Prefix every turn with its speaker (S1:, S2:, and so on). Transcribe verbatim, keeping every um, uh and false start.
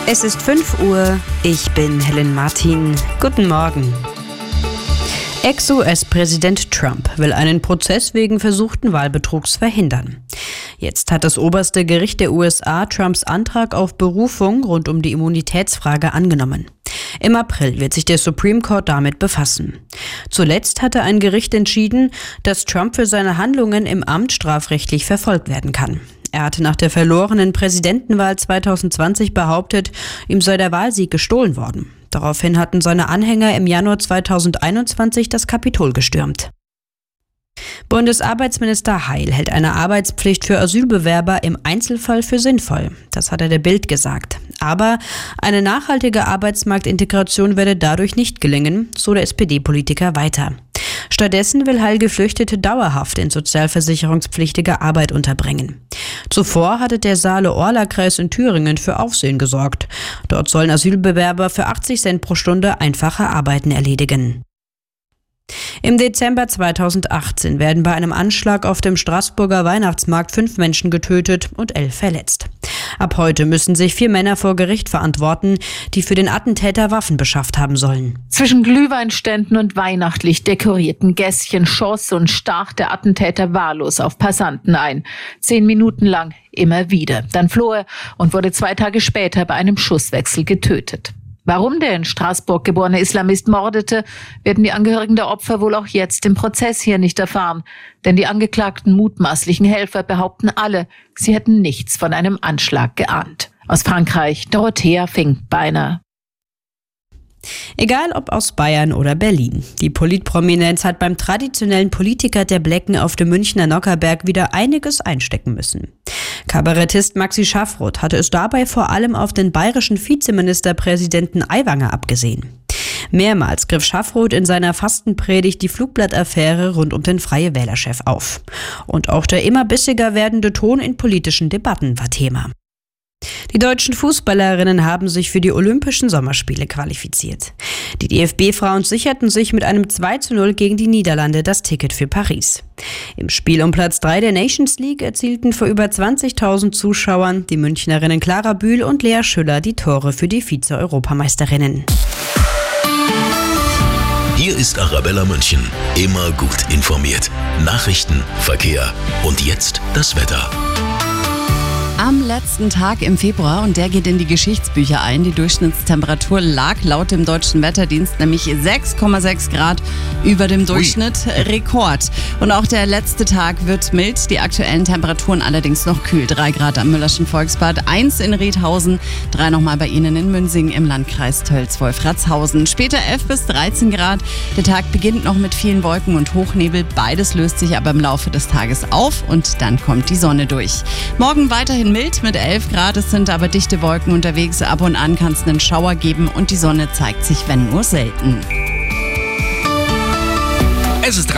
S1: Es ist fünf Uhr, ich bin Helen Martin. Guten Morgen. Ex-U S-Präsident Trump will einen Prozess wegen versuchten Wahlbetrugs verhindern. Jetzt hat das oberste Gericht der U S A Trumps Antrag auf Berufung rund um die Immunitätsfrage angenommen. Im April wird sich der Supreme Court damit befassen. Zuletzt hatte ein Gericht entschieden, dass Trump für seine Handlungen im Amt strafrechtlich verfolgt werden kann. Er hatte nach der verlorenen Präsidentenwahl zwanzig zwanzig behauptet, ihm sei der Wahlsieg gestohlen worden. Daraufhin hatten seine Anhänger im Januar zweitausendeinundzwanzig das Kapitol gestürmt. Bundesarbeitsminister Heil hält eine Arbeitspflicht für Asylbewerber im Einzelfall für sinnvoll. Das hat er der Bild gesagt. Aber eine nachhaltige Arbeitsmarktintegration werde dadurch nicht gelingen, so der S P D-Politiker weiter. Stattdessen will Heil Geflüchtete dauerhaft in sozialversicherungspflichtige Arbeit unterbringen. Zuvor hatte der Saale-Orla-Kreis in Thüringen für Aufsehen gesorgt. Dort sollen Asylbewerber für achtzig Cent pro Stunde einfache Arbeiten erledigen. Im Dezember zweitausendachtzehn werden bei einem Anschlag auf dem Straßburger Weihnachtsmarkt fünf Menschen getötet und elf verletzt. Ab heute müssen sich vier Männer vor Gericht verantworten, die für den Attentäter Waffen beschafft haben sollen.
S2: Zwischen Glühweinständen und weihnachtlich dekorierten Gässchen schoss und stach der Attentäter wahllos auf Passanten ein. Zehn Minuten lang immer wieder. Dann floh er und wurde zwei Tage später bei einem Schusswechsel getötet. Warum der in Straßburg geborene Islamist mordete, werden die Angehörigen der Opfer wohl auch jetzt im Prozess hier nicht erfahren. Denn die angeklagten mutmaßlichen Helfer behaupten alle, sie hätten nichts von einem Anschlag geahnt. Aus Frankreich, Dorothea Finkbeiner.
S1: Egal ob aus Bayern oder Berlin, die Politprominenz hat beim traditionellen Politiker der Blecken auf dem Münchner Nockherberg wieder einiges einstecken müssen. Kabarettist Maxi Schaffroth hatte es dabei vor allem auf den bayerischen Vizeministerpräsidenten Aiwanger abgesehen. Mehrmals griff Schaffroth in seiner Fastenpredigt die Flugblattaffäre rund um den Freie Wähler-Chef auf. Und auch der immer bissiger werdende Ton in politischen Debatten war Thema. Die deutschen Fußballerinnen haben sich für die Olympischen Sommerspiele qualifiziert. Die D F B-Frauen sicherten sich mit einem zwei zu null gegen die Niederlande das Ticket für Paris. Im Spiel um Platz drei der Nations League erzielten vor über zwanzigtausend Zuschauern die Münchnerinnen Clara Bühl und Lea Schüller die Tore für die Vize-Europameisterinnen.
S3: Hier ist Arabella München. Immer gut informiert. Nachrichten, Verkehr und jetzt das Wetter.
S4: Am letzten Tag im Februar, und der geht in die Geschichtsbücher ein. Die Durchschnittstemperatur lag laut dem Deutschen Wetterdienst nämlich sechs Komma sechs Grad über dem Durchschnitt. Ui. Rekord. Und auch der letzte Tag wird mild, die aktuellen Temperaturen allerdings noch kühl. drei Grad am Müllerschen Volksbad, eins in Riedhausen, drei nochmal bei Ihnen in Münsingen im Landkreis Tölz-Wolfratshausen. Später elf bis dreizehn Grad. Der Tag beginnt noch mit vielen Wolken und Hochnebel. Beides löst sich aber im Laufe des Tages auf und dann kommt die Sonne durch. Morgen weiterhin mild mit elf Grad, es sind aber dichte Wolken unterwegs. Ab und an kann es einen Schauer geben und die Sonne zeigt sich, wenn nur selten.
S3: Es ist